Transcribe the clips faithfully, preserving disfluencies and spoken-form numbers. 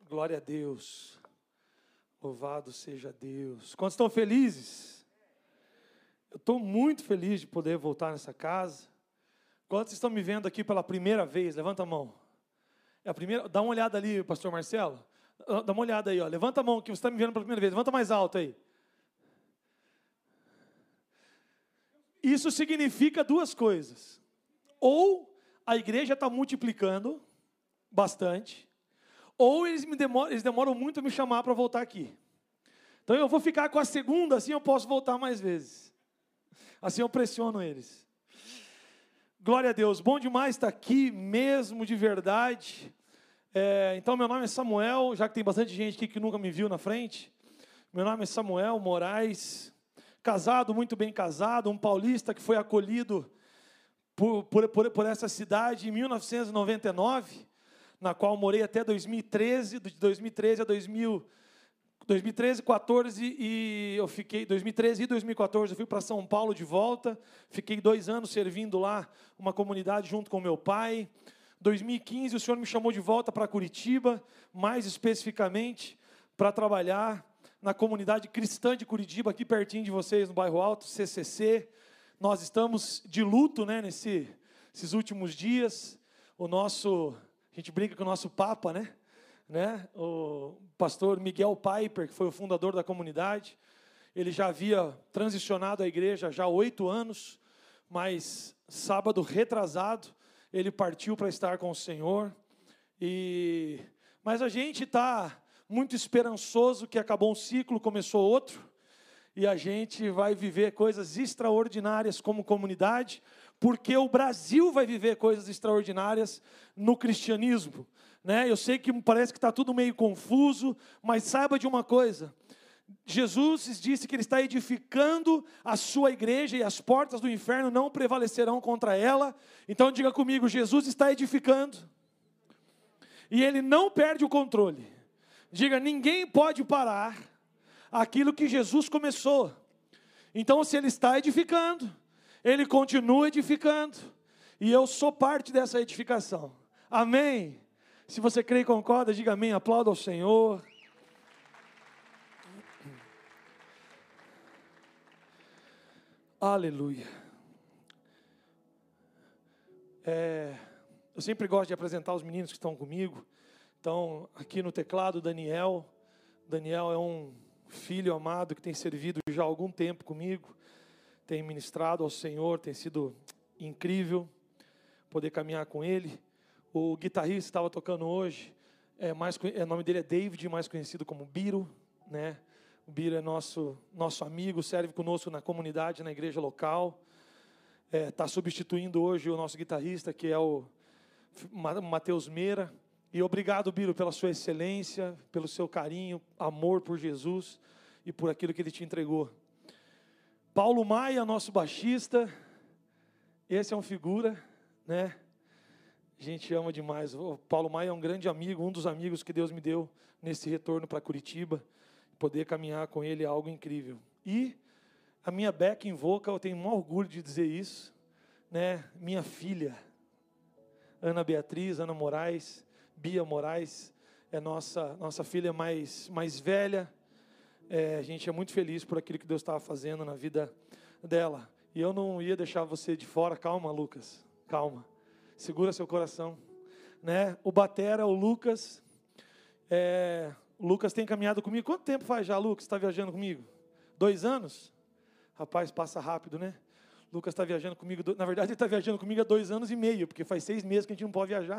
Glória a Deus. Louvado seja Deus. Quantos estão felizes? Eu estou muito feliz de poder voltar nessa casa. Quantos estão me vendo aqui pela primeira vez? Levanta a mão. É a primeira. Dá uma olhada ali, pastor Marcelo. Dá uma olhada aí, ó. Levanta a mão que você está me vendo pela primeira vez. Levanta mais alto aí. Isso significa duas coisas. Ou a igreja está multiplicando bastante, ou eles, me demoram, eles demoram muito a me chamar para voltar aqui. Então eu vou ficar com a segunda, assim eu posso voltar mais vezes. Assim eu pressiono eles. Glória a Deus, bom demais estar aqui mesmo, de verdade. É, então meu nome é Samuel, já que tem bastante gente aqui que nunca me viu na frente. Meu nome é Samuel Moraes, casado, muito bem casado, um paulista que foi acolhido por, por, por, por essa cidade em mil novecentos e noventa e nove, na qual morei até dois mil e treze, de dois mil e treze a dois mil, dois mil e treze, quatorze, e eu fiquei, dois mil e treze e dois mil e quatorze, eu fui para São Paulo de volta, fiquei dois anos servindo lá uma comunidade junto com meu pai. dois mil e quinze o Senhor me chamou de volta para Curitiba, mais especificamente para trabalhar na comunidade cristã de Curitiba, aqui pertinho de vocês, no bairro Alto, C C C. Nós estamos de luto, né, nesse, nesses últimos dias. O nosso, a gente brinca com o nosso Papa, né? né? O pastor Miguel Piper, que foi o fundador da comunidade. Ele já havia transicionado a igreja já há oito anos, mas sábado retrasado, ele partiu para estar com o Senhor. E, mas a gente está muito esperançoso que acabou um ciclo, começou outro, e a gente vai viver coisas extraordinárias como comunidade, porque o Brasil vai viver coisas extraordinárias no cristianismo, né? Eu sei que parece que está tudo meio confuso, mas saiba de uma coisa: Jesus disse que Ele está edificando a sua igreja e as portas do inferno não prevalecerão contra ela. Então diga comigo, Jesus está edificando e Ele não perde o controle. Diga, ninguém pode parar aquilo que Jesus começou. Então, se Ele está edificando, Ele continua edificando, e eu sou parte dessa edificação. Amém? Se você crê e concorda, diga amém, aplauda ao Senhor. Aleluia. É, eu sempre gosto de apresentar os meninos que estão comigo. Então, aqui no teclado, Daniel. Daniel é um filho amado que tem servido já há algum tempo comigo, tem ministrado ao Senhor, tem sido incrível poder caminhar com ele. O guitarrista estava tocando hoje, é mais, é, o nome dele é David, mais conhecido como Biro, né? O Biro é nosso, nosso amigo, serve conosco na comunidade, na igreja local. Está é, substituindo hoje o nosso guitarrista, que é o Matheus Meira. E obrigado, Biro, pela sua excelência, pelo seu carinho, amor por Jesus e por aquilo que Ele te entregou. Paulo Maia, nosso baixista, esse é um figura, né? A gente ama demais. O Paulo Maia é um grande amigo, um dos amigos que Deus me deu nesse retorno para Curitiba. Poder caminhar com ele é algo incrível. E a minha backing vocal, eu tenho um orgulho de dizer isso, né? Minha filha, Ana Beatriz, Ana Moraes, Bia Moraes, é nossa, nossa filha mais, mais velha. É, a gente é muito feliz por aquilo que Deus estava fazendo na vida dela. E eu não ia deixar você de fora. Calma, Lucas, calma. Segura seu coração. Né? O batera, o Lucas. É, o Lucas tem caminhado comigo. Quanto tempo faz já, Lucas, está viajando comigo? Dois anos? Rapaz, passa rápido, né? Lucas está viajando comigo. Na verdade, ele está viajando comigo há dois anos e meio, porque faz seis meses que a gente não pode viajar.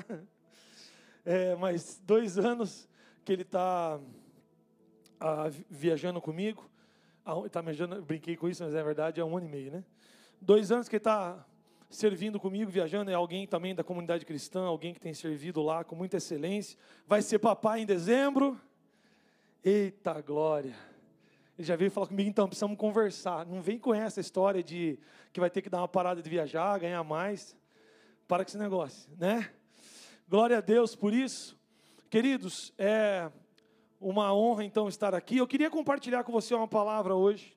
É, mas dois anos que ele está ah, viajando comigo. Ah, tá viajando, brinquei com isso, mas é verdade, é um ano e meio, né? Dois anos que ele está servindo comigo, viajando. É alguém também da comunidade cristã, alguém que tem servido lá com muita excelência. Vai ser papai em dezembro. Eita glória! Ele já veio falar comigo, então precisamos conversar. Não vem com essa história de que vai ter que dar uma parada de viajar, ganhar mais. Para com esse negócio, né? Glória a Deus por isso. Queridos, é uma honra então estar aqui. Eu queria compartilhar com você uma palavra hoje.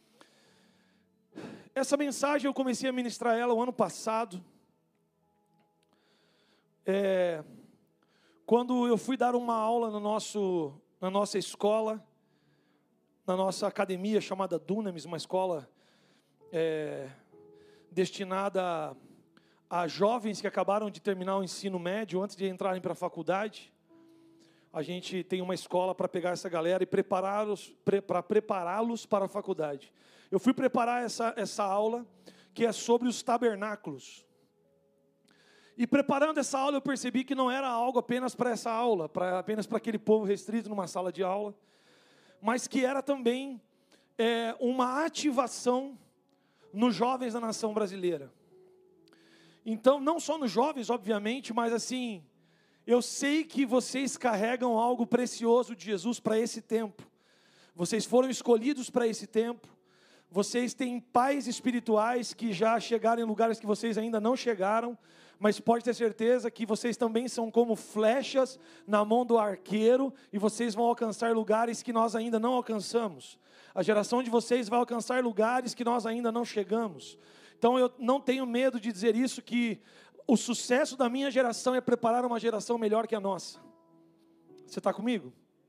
Essa mensagem eu comecei a ministrar ela o ano passado. É, quando eu fui dar uma aula no nosso, na nossa escola, na nossa academia chamada Dunamis, uma escola é, destinada a, a jovens que acabaram de terminar o ensino médio antes de entrarem para a faculdade. A gente tem uma escola para pegar essa galera e prepará-los pre, para prepará-los para a faculdade. Eu fui preparar essa, essa aula, que é sobre os tabernáculos. E preparando essa aula, eu percebi que não era algo apenas para essa aula, pra, apenas para aquele povo restrito numa sala de aula, mas que era também é, uma ativação nos jovens da nação brasileira. Então, não só nos jovens, obviamente, mas assim, eu sei que vocês carregam algo precioso de Jesus para esse tempo. Vocês foram escolhidos para esse tempo. Vocês têm pais espirituais que já chegaram em lugares que vocês ainda não chegaram, mas pode ter certeza que vocês também são como flechas na mão do arqueiro, e vocês vão alcançar lugares que nós ainda não alcançamos. A geração de vocês vai alcançar lugares que nós ainda não chegamos. Então eu não tenho medo de dizer isso, que o sucesso da minha geração é preparar uma geração melhor que a nossa. Você está comigo?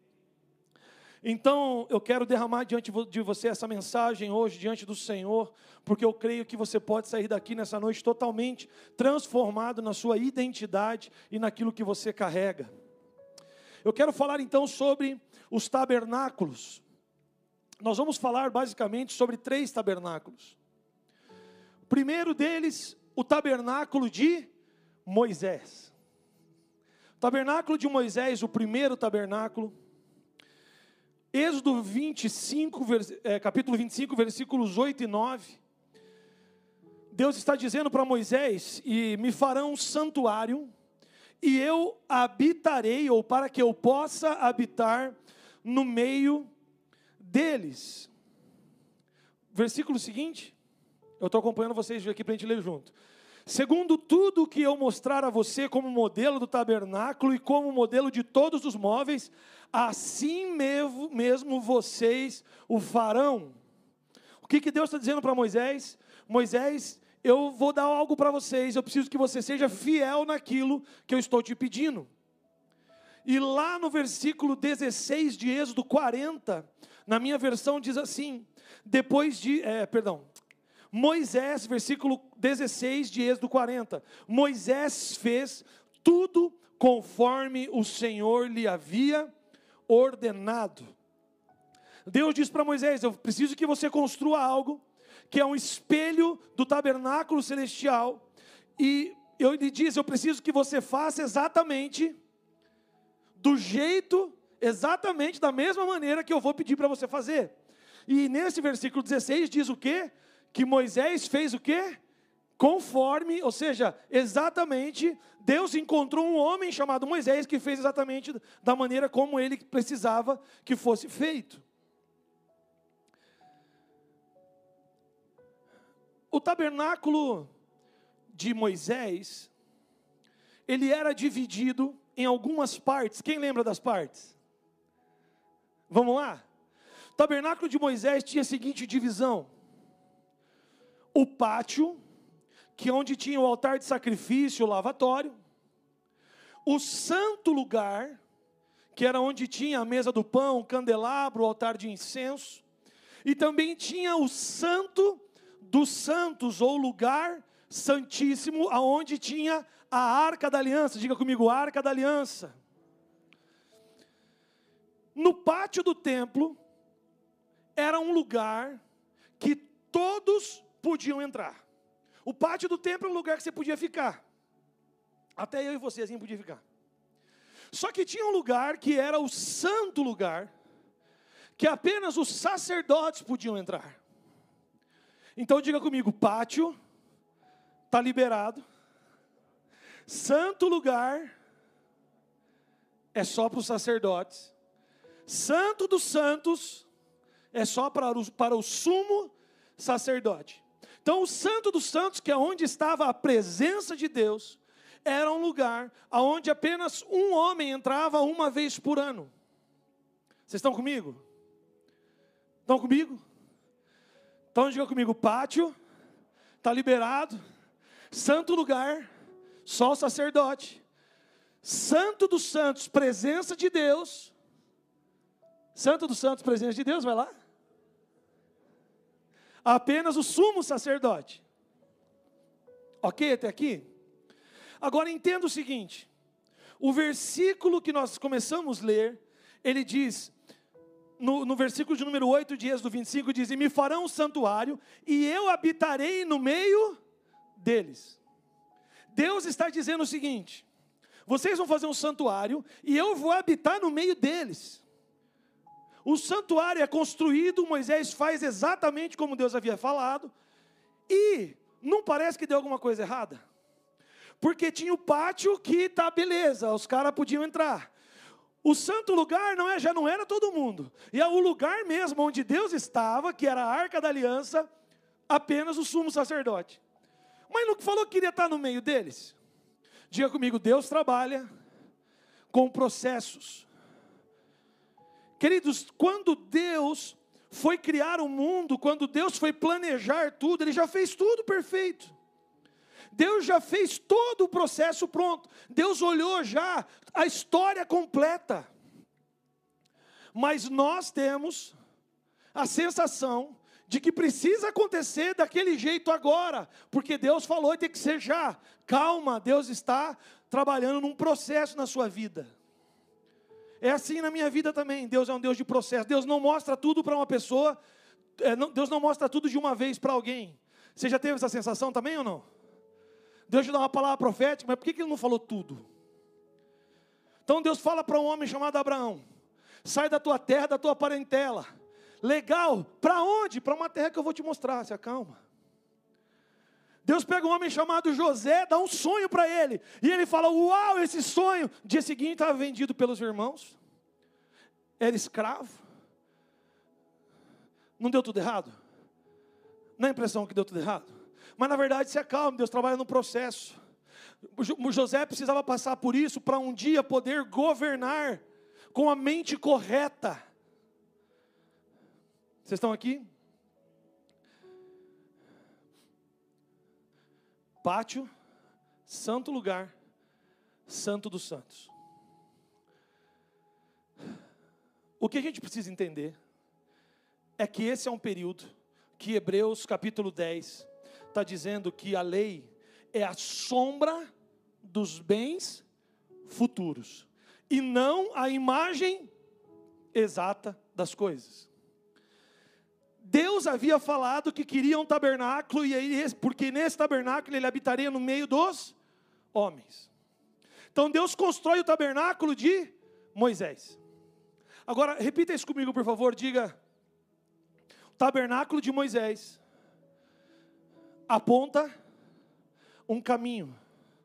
Então, eu quero derramar diante de você essa mensagem hoje, diante do Senhor, porque eu creio que você pode sair daqui nessa noite totalmente transformado na sua identidade e naquilo que você carrega. Eu quero falar então sobre os tabernáculos. Nós vamos falar basicamente sobre três tabernáculos. O primeiro deles, o tabernáculo de Moisés. O tabernáculo de Moisés, o primeiro tabernáculo. Êxodo vinte e cinco, é, capítulo vinte e cinco, versículos oito e nove. Deus está dizendo para Moisés: e me farão um santuário, e eu habitarei, ou para que eu possa habitar no meio deles. Versículo seguinte, eu estou acompanhando vocês aqui para a gente ler junto. Segundo tudo o que eu mostrar a você como modelo do tabernáculo e como modelo de todos os móveis, assim mesmo, mesmo vocês o farão. O que, que Deus está dizendo para Moisés? Moisés, eu vou dar algo para vocês, eu preciso que você seja fiel naquilo que eu estou te pedindo. E lá no versículo dezesseis de Êxodo quarenta, na minha versão diz assim, depois de, é, perdão, Moisés, versículo dezesseis de Êxodo quarenta, Moisés fez tudo conforme o Senhor lhe havia ordenado. Deus disse para Moisés: eu preciso que você construa algo que é um espelho do tabernáculo celestial, e eu lhe disse, eu preciso que você faça exatamente do jeito, exatamente da mesma maneira que eu vou pedir para você fazer. E nesse versículo dezesseis diz o quê? Que Moisés fez o quê? Conforme, ou seja, exatamente, Deus encontrou um homem chamado Moisés que fez exatamente da maneira como ele precisava que fosse feito. O tabernáculo de Moisés, ele era dividido em algumas partes. Quem lembra das partes? Vamos lá? O tabernáculo de Moisés tinha a seguinte divisão: o pátio, que é onde tinha o altar de sacrifício, o lavatório. O santo lugar, que era onde tinha a mesa do pão, o candelabro, o altar de incenso. E também tinha o santo dos santos, ou lugar santíssimo, aonde tinha a arca da aliança. Diga comigo, a arca da aliança. No pátio do templo, era um lugar que todos podiam entrar. O pátio do templo é um lugar que você podia ficar. Até eu e você assim podia ficar. Só que tinha um lugar que era o santo lugar, que apenas os sacerdotes podiam entrar. Então diga comigo, pátio está liberado. Santo lugar é só para os sacerdotes. Santo dos santos é só para o, para o sumo sacerdote. Então o santo dos santos, que é onde estava a presença de Deus, era um lugar onde apenas um homem entrava uma vez por ano. Vocês estão comigo? Estão comigo? Então diga comigo, pátio está liberado. Santo lugar, só o sacerdote. Santo dos Santos, presença de Deus. Santo dos Santos, presença de Deus, vai lá. Apenas o sumo sacerdote. Ok até aqui? Agora entenda o seguinte. O versículo que nós começamos a ler, ele diz, no, no versículo de número oito de Êxodo vinte e cinco, diz, e me farão um santuário, e eu habitarei no meio deles. Deus está dizendo o seguinte, vocês vão fazer um santuário, e eu vou habitar no meio deles. O santuário é construído, Moisés faz exatamente como Deus havia falado, e não parece que deu alguma coisa errada? Porque tinha o pátio que tá beleza, os caras podiam entrar. O santo lugar não é, já não era todo mundo. E é o lugar mesmo onde Deus estava, que era a Arca da Aliança, apenas o sumo sacerdote. Mas não falou que queria estar no meio deles? Diga comigo, Deus trabalha com processos. Queridos, quando Deus foi criar o mundo, quando Deus foi planejar tudo, Ele já fez tudo perfeito. Deus já fez todo o processo pronto. Deus olhou já a história completa. Mas nós temos a sensação de que precisa acontecer daquele jeito agora, porque Deus falou e tem que ser já. Calma, Deus está trabalhando num processo na sua vida. É assim na minha vida também. Deus é um Deus de processo. Deus não mostra tudo para uma pessoa. É, não, Deus não mostra tudo de uma vez para alguém. Você já teve essa sensação também ou não? Deus te dá uma palavra profética, mas por que que Ele não falou tudo? Então Deus fala para um homem chamado Abraão, sai da tua terra, da tua parentela. Legal, para onde? Para uma terra que eu vou te mostrar, se acalma. Deus pega um homem chamado José, dá um sonho para ele, e ele fala, uau, esse sonho. Dia seguinte estava vendido pelos irmãos, era escravo. Não deu tudo errado? Não é a impressão que deu tudo errado? Mas na verdade se acalma, Deus trabalha no processo. O José precisava passar por isso para um dia poder governar com a mente correta. Vocês estão aqui? Pátio, santo lugar, santo dos santos. O que a gente precisa entender é que esse é um período que Hebreus capítulo dez está dizendo que a lei é a sombra dos bens futuros e não a imagem exata das coisas. Deus havia falado que queria um tabernáculo, e aí, porque nesse tabernáculo Ele habitaria no meio dos homens. Então Deus constrói o tabernáculo de Moisés. Agora, repita isso comigo, por favor, diga, o tabernáculo de Moisés aponta um caminho.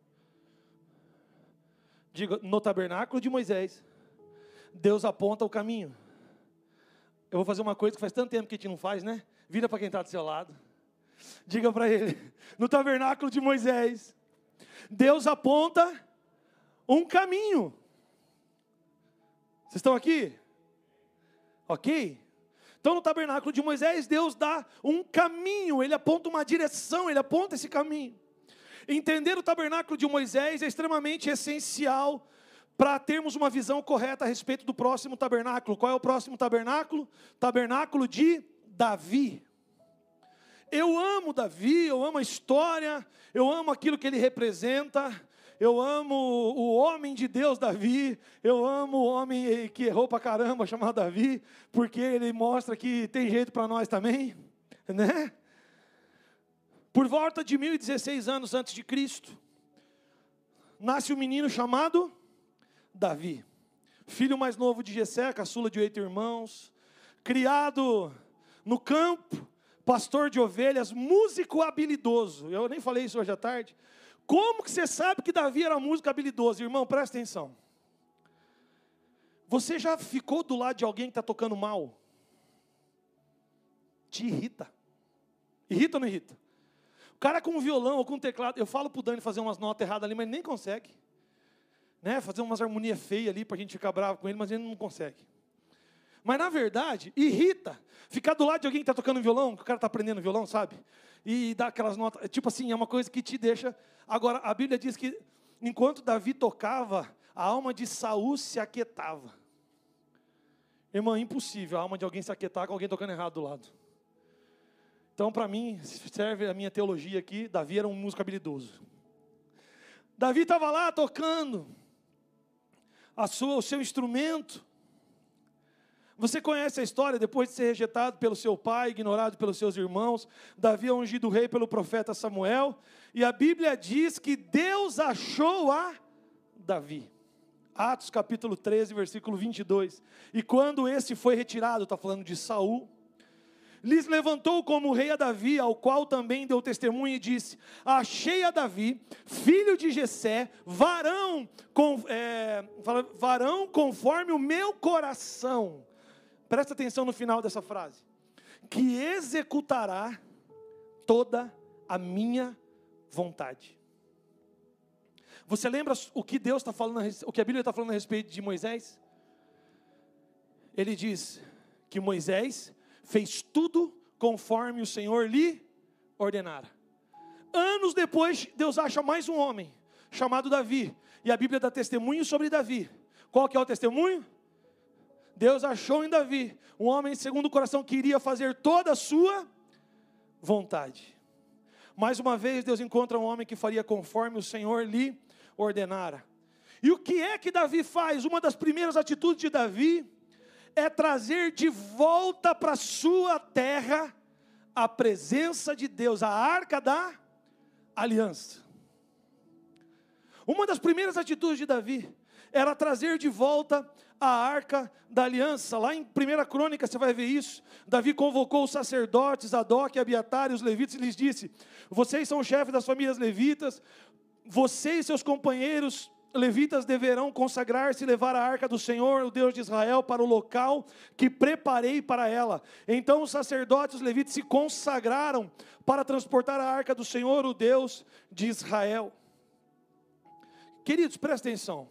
Diga, no tabernáculo de Moisés, Deus aponta o caminho. Eu vou fazer uma coisa que faz tanto tempo que a gente não faz, né? Vira para quem está do seu lado. Diga para ele, no tabernáculo de Moisés, Deus aponta um caminho. Vocês estão aqui? Ok? Então no tabernáculo de Moisés, Deus dá um caminho, Ele aponta uma direção, Ele aponta esse caminho. Entender o tabernáculo de Moisés é extremamente essencial para termos uma visão correta a respeito do próximo tabernáculo. Qual é o próximo tabernáculo? Tabernáculo de Davi. Eu amo Davi, eu amo a história, eu amo aquilo que ele representa, eu amo o homem de Deus Davi, eu amo o homem que errou pra caramba, chamado Davi, porque ele mostra que tem jeito para nós também, né? Por volta de mil e dezesseis anos antes de Cristo, nasce um menino chamado Davi, filho mais novo de Jessé, caçula de oito irmãos, criado no campo, pastor de ovelhas, músico habilidoso. Eu nem falei isso hoje à tarde. Como que você sabe que Davi era músico habilidoso? Irmão, presta atenção. Você já ficou do lado de alguém que está tocando mal? Te irrita. Irrita ou não irrita? O cara com um violão ou com um teclado, eu falo para o Dani fazer umas notas erradas ali, mas ele nem consegue. Né, fazer umas harmonias feias ali para a gente ficar bravo com ele, mas ele não consegue. Mas na verdade, irrita ficar do lado de alguém que está tocando violão, que o cara está aprendendo violão, sabe? E dá aquelas notas, tipo assim, é uma coisa que te deixa... Agora, a Bíblia diz que enquanto Davi tocava, a alma de Saul se aquietava. Irmã, impossível a alma de alguém se aquietar com alguém tocando errado do lado. Então, para mim, serve a minha teologia aqui, Davi era um músico habilidoso. Davi estava lá tocando a sua, o seu instrumento. Você conhece a história, depois de ser rejeitado pelo seu pai, ignorado pelos seus irmãos, Davi é ungido rei pelo profeta Samuel, e a Bíblia diz que Deus achou a Davi. Atos capítulo treze, versículo vinte e dois. E quando esse foi retirado, está falando de Saul, lhes levantou como rei a Davi, ao qual também deu testemunho e disse: achei a Davi, filho de Jessé, varão, com, é, varão conforme o meu coração. Presta atenção no final dessa frase. Que executará toda a minha vontade. Você lembra o que Deus está falando, o que a Bíblia está falando a respeito de Moisés? Ele diz que Moisés fez tudo conforme o Senhor lhe ordenara. Anos depois, Deus acha mais um homem, chamado Davi. E a Bíblia dá testemunho sobre Davi. Qual que é o testemunho? Deus achou em Davi um homem segundo o coração que iria fazer toda a sua vontade. Mais uma vez, Deus encontra um homem que faria conforme o Senhor lhe ordenara. E o que é que Davi faz? Uma das primeiras atitudes de Davi é trazer de volta para sua terra a presença de Deus, a arca da aliança. Uma das primeiras atitudes de Davi era trazer de volta a arca da aliança. Lá em primeira Crônica você vai ver isso. Davi convocou os sacerdotes, Zadok, Abiatar e os levitas e lhes disse: vocês são chefes das famílias levitas, vocês e seus companheiros levitas deverão consagrar-se e levar a arca do Senhor, o Deus de Israel, para o local que preparei para ela. Então os sacerdotes e os levitas se consagraram para transportar a arca do Senhor, o Deus de Israel. Queridos, presta atenção.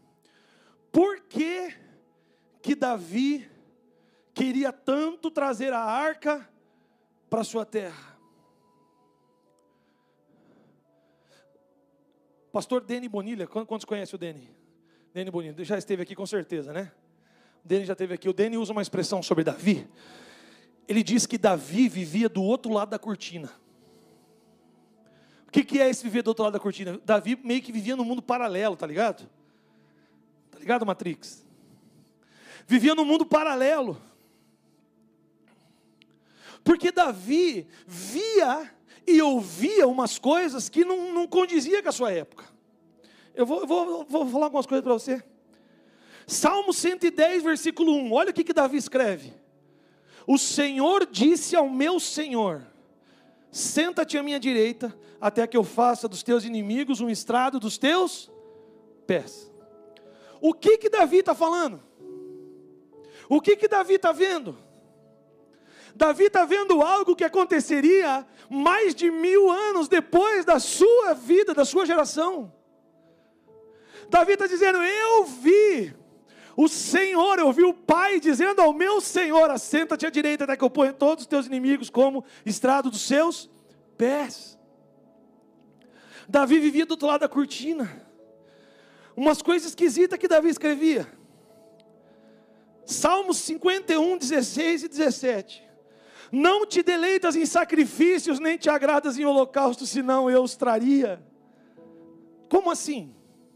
Por que que Davi queria tanto trazer a arca para sua terra? Pastor Deni Bonilha, quantos conhecem o Deni? Deni Bonilha, já esteve aqui com certeza, né? O Deni já esteve aqui. O Deni usa uma expressão sobre Davi. Ele diz que Davi vivia do outro lado da cortina. O que, que é esse viver do outro lado da cortina? Davi meio que vivia num mundo paralelo, tá ligado? Tá ligado, Matrix? Vivia num mundo paralelo. Porque Davi via e ouvia umas coisas que não, não condizia com a sua época. Eu vou, eu vou, vou falar algumas coisas para você. Salmo cento e dez, versículo um. Olha o que, que Davi escreve. O Senhor disse ao meu Senhor: senta-te à minha direita, até que eu faça dos teus inimigos um estrado dos teus pés. O que que Davi está falando? O que que Davi está vendo? Davi está vendo algo que aconteceria mais de mil anos depois da sua vida, da sua geração. Davi está dizendo: eu vi o Senhor, eu vi o Pai dizendo ao meu Senhor: assenta-te à direita até que eu ponha todos os teus inimigos como estrado dos seus pés. Davi vivia do outro lado da cortina. Umas coisas esquisitas que Davi escrevia. Salmos cinquenta e um, dezesseis e dezessete. Não te deleitas em sacrifícios, nem te agradas em holocaustos, senão eu os traria. Como assim?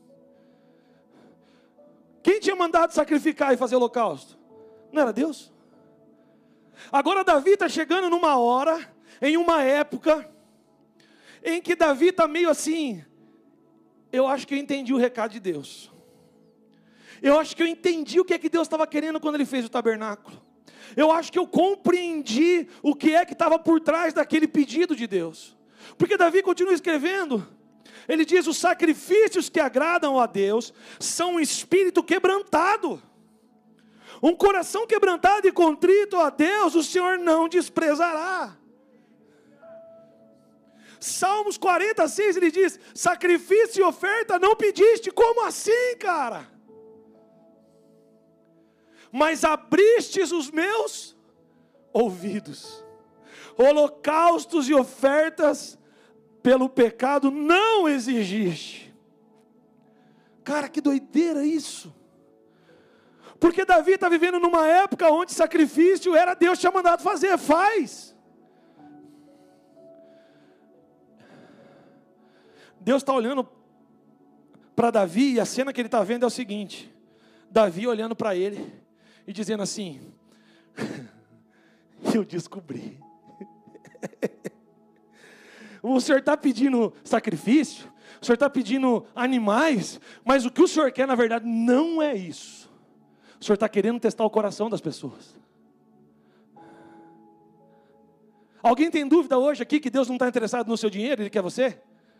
Quem tinha mandado sacrificar e fazer holocausto? Não era Deus? Agora Davi está chegando numa hora, em uma época, em que Davi está meio assim: eu acho que eu entendi o recado de Deus. Eu acho que eu entendi o que é que Deus estava querendo quando Ele fez o tabernáculo. Eu acho que eu compreendi o que é que estava por trás daquele pedido de Deus. Porque Davi continua escrevendo. Ele diz: os sacrifícios que agradam a Deus são um espírito quebrantado. Um coração quebrantado e contrito a Deus o Senhor não desprezará. Salmos quarenta e seis, ele diz: sacrifício e oferta não pediste. Como assim, cara? Mas abristes os meus ouvidos. Holocaustos e ofertas pelo pecado não exigiste. Cara, que doideira isso. Porque Davi está vivendo numa época onde sacrifício era Deus tinha mandado fazer, faz. Deus está olhando para Davi e a cena que ele está vendo é o seguinte: Davi olhando para ele e dizendo assim: eu descobri. O senhor está pedindo sacrifício, o senhor está pedindo animais, mas o que o senhor quer na verdade não é isso. O senhor está querendo testar o coração das pessoas. Alguém tem dúvida hoje aqui que Deus não está interessado no seu dinheiro, Ele quer você?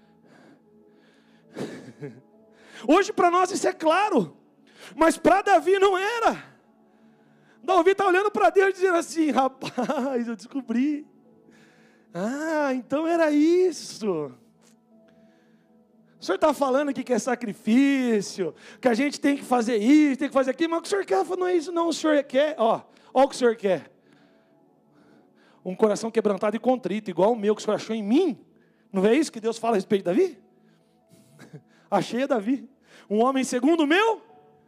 Hoje para nós isso é claro, mas para Davi não era. Davi está olhando para Deus e dizendo assim: rapaz, eu descobri. Ah, então era isso. O senhor está falando aqui que é sacrifício, que a gente tem que fazer isso, tem que fazer aquilo, mas o que o senhor quer não é isso não, o senhor quer, ó, ó o que o senhor quer. Um coração quebrantado e contrito, igual o meu que o senhor achou em mim. Não é isso que Deus fala a respeito de Davi? Achei a Davi, um homem segundo o meu.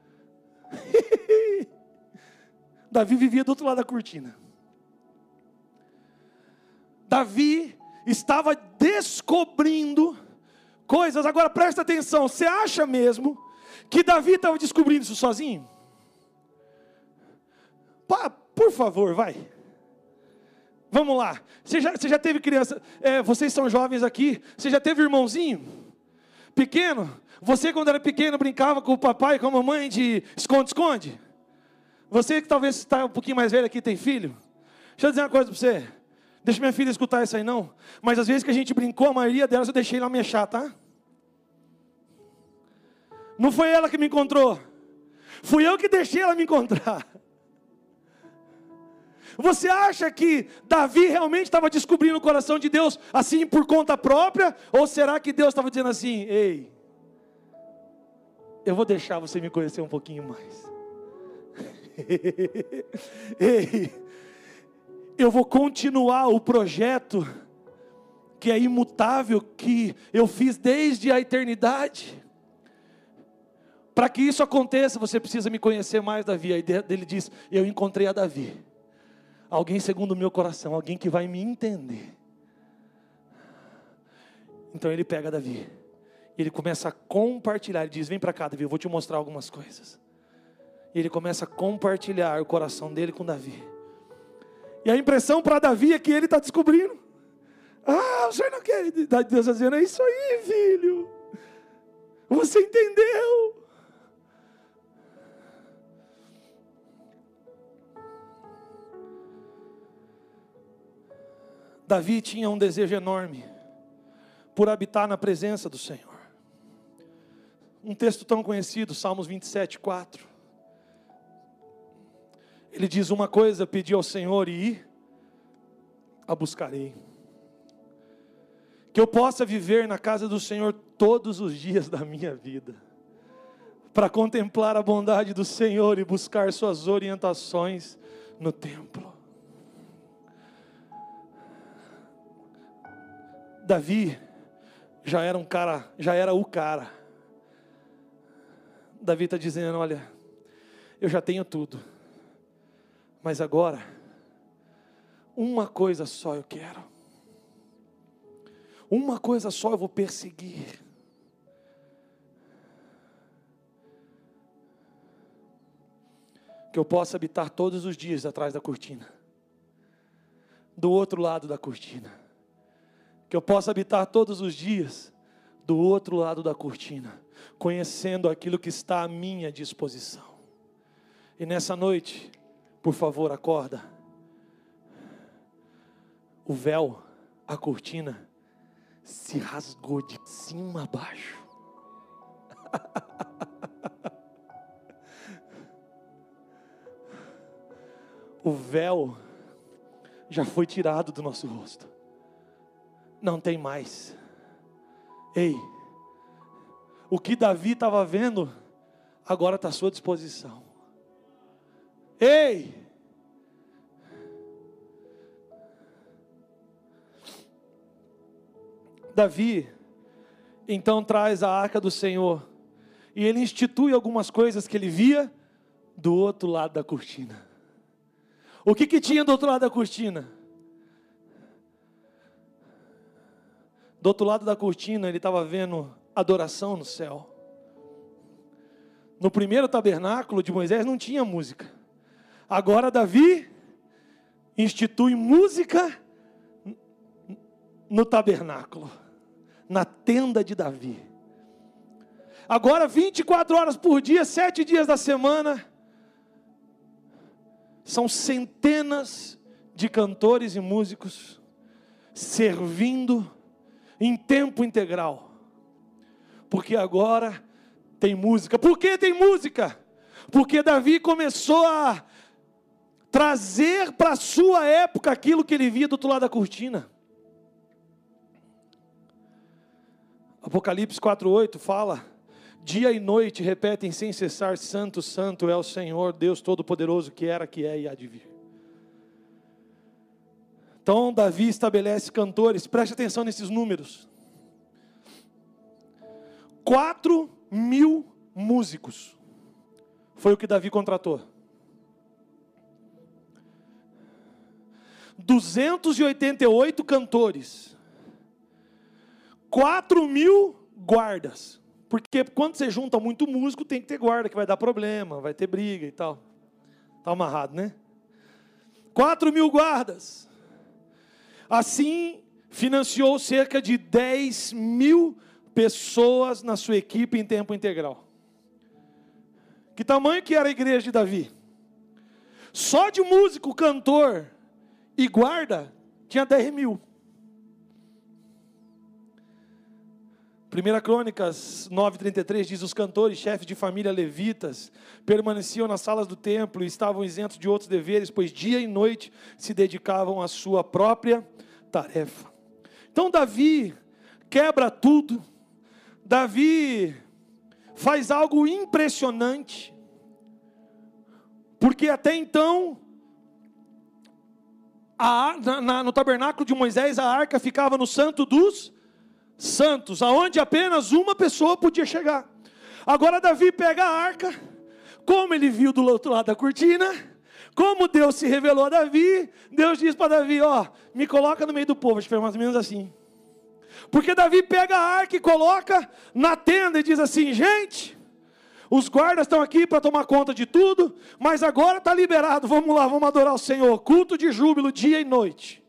Davi vivia do outro lado da cortina. Davi estava descobrindo coisas. Agora presta atenção, você acha mesmo que Davi estava descobrindo isso sozinho? Pá, por favor, vai. Vamos lá, você já, você já teve criança, é, vocês são jovens aqui, você já teve irmãozinho? Pequeno? Você quando era pequeno brincava com o papai e com a mamãe de esconde-esconde? Você que talvez está um pouquinho mais velho aqui tem filho? Deixa eu dizer uma coisa para você. Deixa minha filha escutar isso aí não. Mas às vezes que a gente brincou, a maioria delas eu deixei ela mexer, tá? Não foi ela que me encontrou. Fui eu que deixei ela me encontrar. Você acha que Davi realmente estava descobrindo o coração de Deus assim por conta própria? Ou será que Deus estava dizendo assim: ei, eu vou deixar você me conhecer um pouquinho mais. Ei, eu vou continuar o projeto que é imutável, que eu fiz desde a eternidade. Para que isso aconteça, você precisa me conhecer mais, Davi. Aí ele diz: eu encontrei a Davi, alguém segundo o meu coração, alguém que vai me entender. Então ele pega Davi, e ele começa a compartilhar. Ele diz: vem para cá, Davi, eu vou te mostrar algumas coisas. E ele começa a compartilhar o coração dele com Davi. E a impressão para Davi é que ele está descobrindo. Ah, o senhor não quer. Deus está dizendo: é isso aí, filho. Você entendeu? Davi tinha um desejo enorme por habitar na presença do Senhor. Um texto tão conhecido, Salmos vinte e sete, quatro. Ele diz: uma coisa pedi ao Senhor e a buscarei, que eu possa viver na casa do Senhor todos os dias da minha vida, para contemplar a bondade do Senhor e buscar suas orientações no templo. Davi já era um cara, já era o cara. Davi está dizendo: olha, eu já tenho tudo, mas agora, uma coisa só eu quero. Uma coisa só eu vou perseguir. Que eu possa habitar todos os dias atrás da cortina, do outro lado da cortina. Que eu possa habitar todos os dias do outro lado da cortina, conhecendo aquilo que está à minha disposição. E nessa noite, por favor, acorda. O véu, a cortina, se rasgou de cima a baixo. O véu já foi tirado do nosso rosto. Não tem mais. Ei, o que Davi estava vendo, agora está à sua disposição. Ei! Davi, então traz a arca do Senhor, e ele institui algumas coisas que ele via do outro lado da cortina. O que que tinha do outro lado da cortina? Do outro lado da cortina ele estava vendo adoração no céu. No primeiro tabernáculo de Moisés não tinha música. Agora Davi institui música no tabernáculo, na tenda de Davi. Agora vinte e quatro horas por dia, sete dias da semana, são centenas de cantores e músicos servindo em tempo integral. Porque agora tem música. Por que tem música? Porque Davi começou a trazer para a sua época aquilo que ele via do outro lado da cortina. Apocalipse quatro, oito fala: dia e noite repetem sem cessar: santo, santo é o Senhor Deus Todo-Poderoso, que era, que é e há de vir. Então Davi estabelece cantores, preste atenção nesses números. Quatro mil músicos foi o que Davi contratou. duzentos e oitenta e oito cantores. Quatro mil guardas. Porque quando você junta muito músico, tem que ter guarda, que vai dar problema, vai ter briga e tal. Está amarrado, né? Quatro mil guardas. Assim, financiou cerca de dez mil pessoas na sua equipe em tempo integral. Que tamanho que era a igreja de Davi? Só de músico, cantor e guarda, tinha dez mil. Primeira Crônicas nove, trinta e três diz: os cantores, chefes de família levitas, permaneciam nas salas do templo e estavam isentos de outros deveres, pois dia e noite se dedicavam à sua própria tarefa. Então Davi quebra tudo. Davi faz algo impressionante, porque até então, a, na, na, no tabernáculo de Moisés, a arca ficava no Santo dos Santos, aonde apenas uma pessoa podia chegar. Agora Davi pega a arca, como ele viu do outro lado da cortina, como Deus se revelou a Davi, Deus diz para Davi: ó, me coloca no meio do povo. Acho que foi mais ou menos assim. Porque Davi pega a arca e coloca na tenda e diz assim: gente, os guardas estão aqui para tomar conta de tudo, mas agora está liberado, vamos lá, vamos adorar o Senhor, culto de júbilo dia e noite.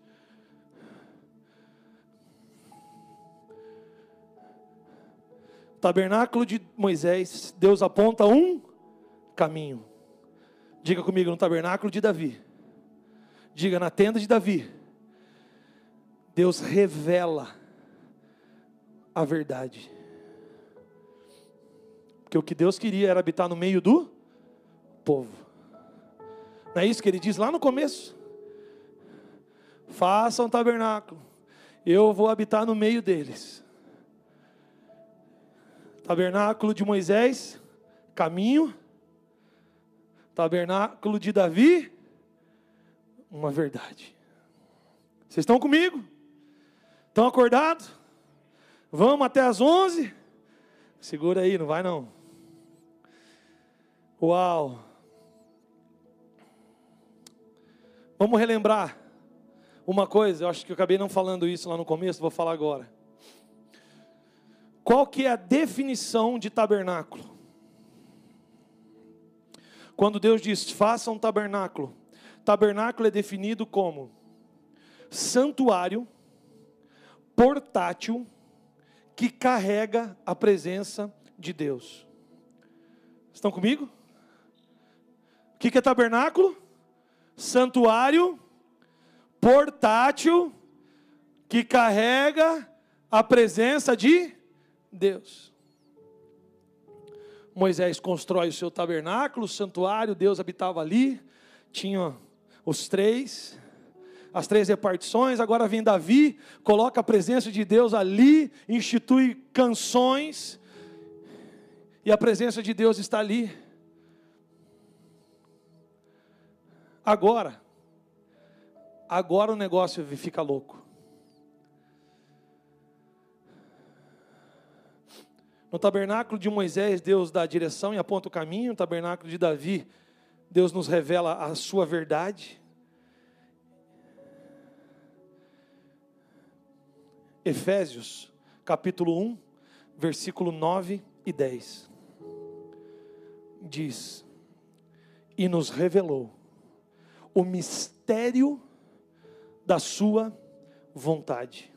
Tabernáculo de Moisés, Deus aponta um caminho. Diga comigo: no tabernáculo de Davi. Diga: na tenda de Davi, Deus revela a verdade. Porque o que Deus queria era habitar no meio do povo. Não é isso que ele diz lá no começo? Façam um tabernáculo, eu vou habitar no meio deles. Tabernáculo de Moisés, caminho. Tabernáculo de Davi, uma verdade. Vocês estão comigo? Estão acordados? Vamos até as onze? Segura aí, não vai não. Uau! Vamos relembrar uma coisa, eu acho que eu acabei não falando isso lá no começo, vou falar agora. Qual que é a definição de tabernáculo? Quando Deus diz: faça um tabernáculo. Tabernáculo é definido como santuário portátil que carrega a presença de Deus. Estão comigo? O que é tabernáculo? Santuário portátil que carrega a presença de Deus. Moisés constrói o seu tabernáculo, o santuário, Deus habitava ali, tinha os três, as três repartições. Agora vem Davi, coloca a presença de Deus ali, institui canções, e a presença de Deus está ali. Agora, agora o negócio fica louco. No tabernáculo de Moisés, Deus dá a direção e aponta o caminho. No tabernáculo de Davi, Deus nos revela a sua verdade. Efésios, capítulo um, versículo nove e dez. Diz: e nos revelou o mistério da sua vontade,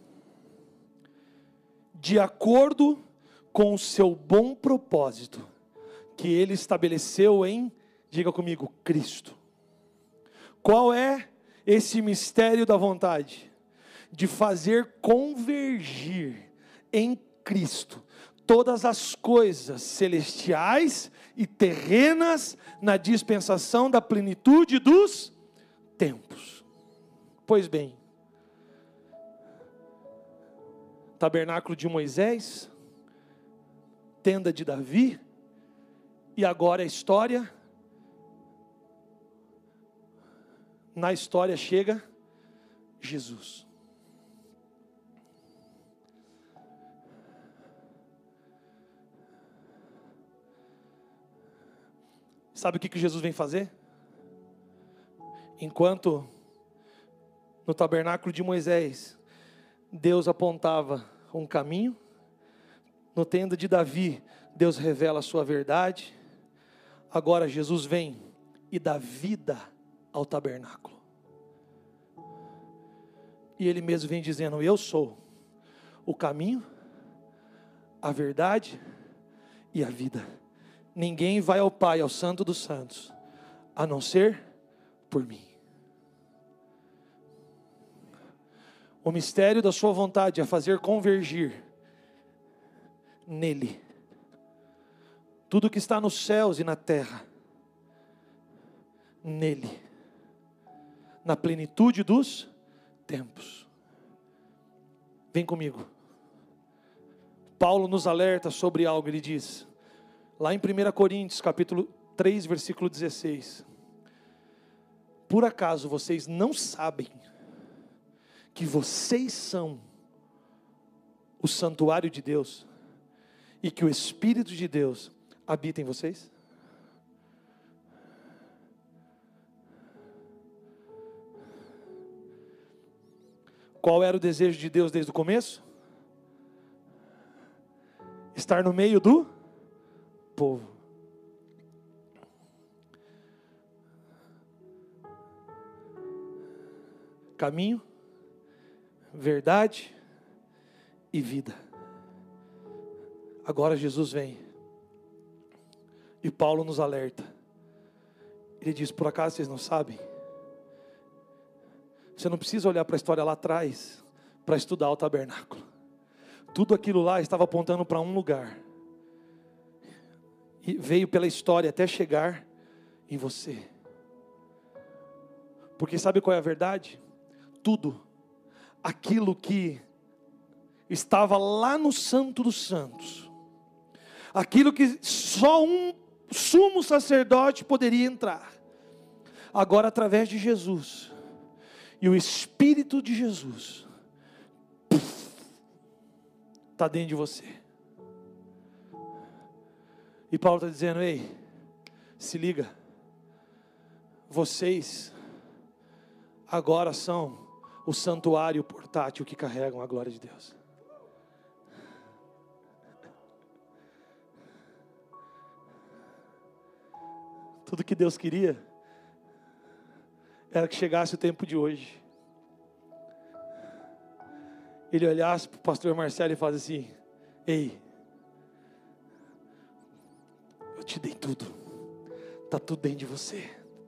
de acordo com o seu bom propósito, que Ele estabeleceu em, diga comigo, Cristo. Qual é esse mistério da vontade? De fazer convergir em Cristo todas as coisas celestiais e terrenas na dispensação da plenitude dos tempos. Pois bem, tabernáculo de Moisés, tenda de Davi, e agora a história, na história chega Jesus. Sabe o que que Jesus vem fazer? Enquanto no tabernáculo de Moisés, Deus apontava um caminho, no tenda de Davi, Deus revela a sua verdade. Agora Jesus vem e dá vida ao tabernáculo. E Ele mesmo vem dizendo: eu sou o caminho, a verdade e a vida. Ninguém vai ao Pai, ao Santo dos Santos, a não ser por mim. O mistério da sua vontade é fazer convergir nele tudo que está nos céus e na terra, nele, na plenitude dos tempos. Vem comigo. Paulo nos alerta sobre algo. Ele diz, lá em primeira Coríntios, capítulo três, versículo dezesseis: por acaso vocês não sabem que vocês são o santuário de Deus e que o Espírito de Deus habita em vocês? Qual era o desejo de Deus desde o começo? Estar no meio do povo. Caminho, verdade e vida. Agora Jesus vem e Paulo nos alerta. Ele diz: por acaso vocês não sabem? Você não precisa olhar para a história lá atrás para estudar o tabernáculo. Tudo aquilo lá estava apontando para um lugar, e veio pela história até chegar em você. Porque sabe qual é a verdade? Tudo aquilo que estava lá no Santo dos Santos, aquilo que só um sumo sacerdote poderia entrar, agora através de Jesus e o Espírito de Jesus está dentro de você. E Paulo está dizendo: ei, se liga, vocês agora são o santuário portátil que carregam a glória de Deus. Tudo que Deus queria era que chegasse o tempo de hoje, Ele olhasse para o pastor Marcelo e falasse assim: ei, eu te dei tudo, está tudo dentro de você.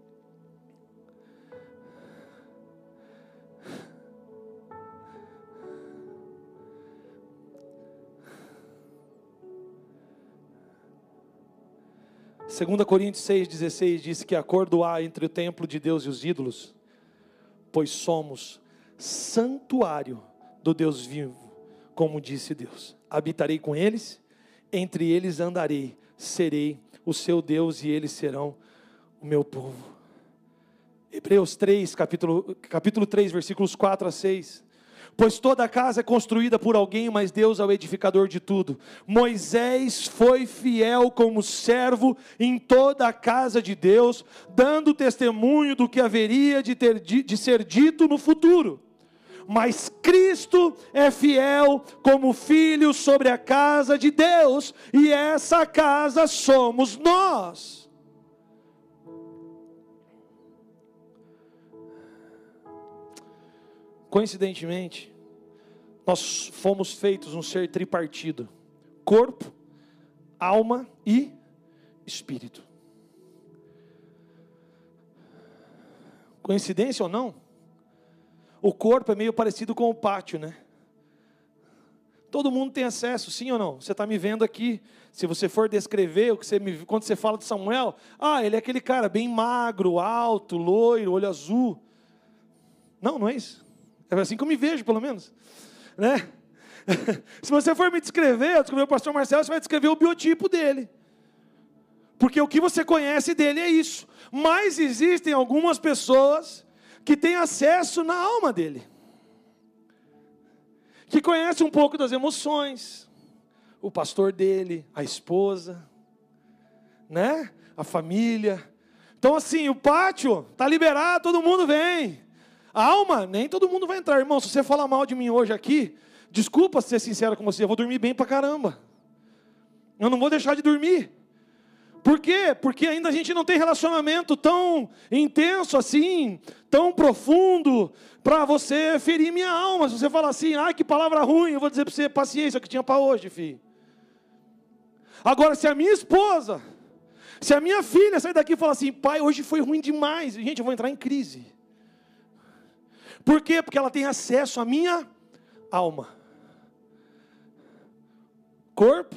Segunda Coríntios seis, dezesseis diz que acordo há entre o templo de Deus e os ídolos, pois somos santuário do Deus vivo, como disse Deus: habitarei com eles, entre eles andarei, serei o seu Deus e eles serão o meu povo. Hebreus três, capítulo, capítulo três, versículos quatro a seis: Pois toda casa é construída por alguém, mas Deus é o edificador de tudo. Moisés foi fiel como servo em toda a casa de Deus, dando testemunho do que haveria de, ter, de ser dito no futuro. Mas Cristo é fiel como filho sobre a casa de Deus, e essa casa somos nós. Coincidentemente, nós fomos feitos um ser tripartido: corpo, alma e espírito. Coincidência ou não? O corpo é meio parecido com o pátio, né? Todo mundo tem acesso, sim ou não? Você está me vendo aqui. Se você for descrever o que você me, quando você fala de Samuel, ah, ele é aquele cara bem magro, alto, loiro, olho azul. Não, não é isso. É assim que eu me vejo, pelo menos, né? Se você for me descrever, eu descrever o pastor Marcelo, você vai descrever o biotipo dele, porque o que você conhece dele é isso. Mas existem algumas pessoas que têm acesso na alma dele, que conhecem um pouco das emoções, o pastor dele, a esposa, né? A família. Então assim, o pátio está liberado, todo mundo vem. A alma, nem todo mundo vai entrar. Irmão, se você falar mal de mim hoje aqui, desculpa ser sincero com você, eu vou dormir bem pra caramba. Eu não vou deixar de dormir. Por quê? Porque ainda a gente não tem relacionamento tão intenso assim, tão profundo, para você ferir minha alma. Se você falar assim, ai que palavra ruim, eu vou dizer para você, paciência, que tinha para hoje, filho. Agora, se a minha esposa, se a minha filha sair daqui e falar assim, pai, hoje foi ruim demais, gente, eu vou entrar em crise. Por quê? Porque ela tem acesso à minha alma. Corpo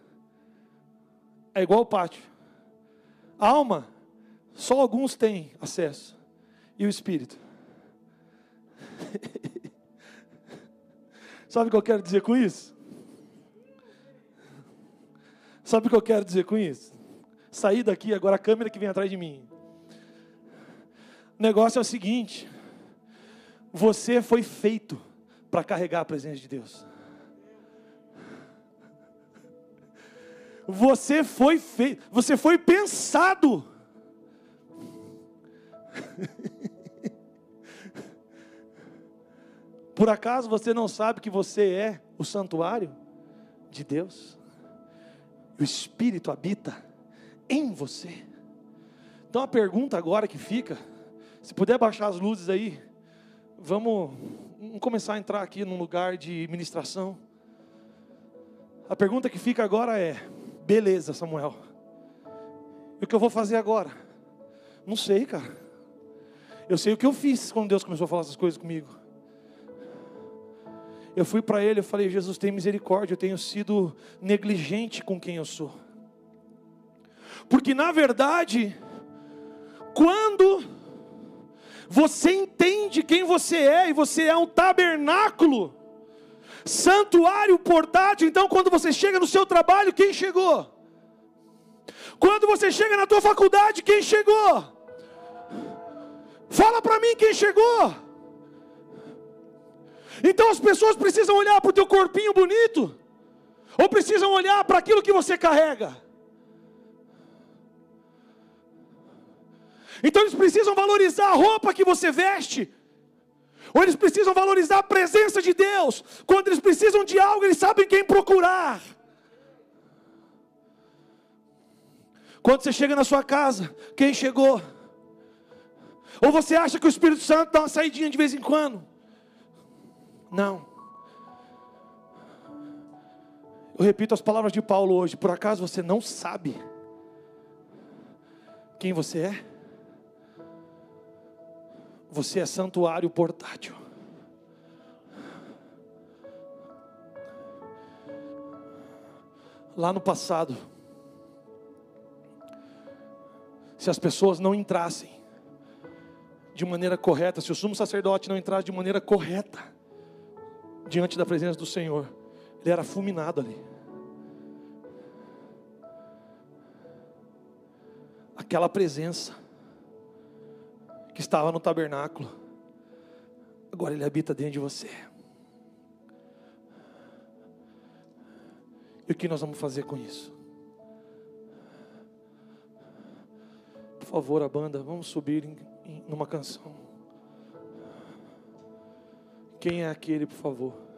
é igual ao pátio. Alma, só alguns têm acesso. E o espírito? Sabe o que eu quero dizer com isso? Sabe o que eu quero dizer com isso? Sair daqui, agora a câmera que vem atrás de mim. O negócio é o seguinte: você foi feito para carregar a presença de Deus. Você foi feito, você foi pensado. Por acaso você não sabe que você é o santuário de Deus? O Espírito habita em você. Então a pergunta agora que fica, se puder baixar as luzes aí, vamos, vamos começar a entrar aqui num lugar de ministração. A pergunta que fica agora é: beleza, Samuel, e o que eu vou fazer agora? Não sei, cara. Eu sei o que eu fiz quando Deus começou a falar essas coisas comigo. Eu fui para Ele, eu falei, Jesus, tem misericórdia, eu tenho sido negligente com quem eu sou. Porque na verdade, quando você entende quem você é, e você é um tabernáculo, santuário portátil, então quando você chega no seu trabalho, quem chegou? Quando você chega na tua faculdade, quem chegou? Fala para mim quem chegou. Então as pessoas precisam olhar para o teu corpinho bonito, ou precisam olhar para aquilo que você carrega? Então eles precisam valorizar a roupa que você veste, ou eles precisam valorizar a presença de Deus? Quando eles precisam de algo, eles sabem quem procurar. Quando você chega na sua casa, quem chegou? Ou você acha que o Espírito Santo dá uma saidinha de vez em quando? Não. Eu repito as palavras de Paulo hoje. Por acaso você não sabe quem você é? Você é santuário portátil. Lá no passado, se as pessoas não entrassem de maneira correta, se o sumo sacerdote não entrasse de maneira correta diante da presença do Senhor, ele era fulminado ali. Aquela presença que estava no tabernáculo, agora ele habita dentro de você. E o que nós vamos fazer com isso? Por favor, a banda, vamos subir em, em, numa canção. Quem é aquele, por favor?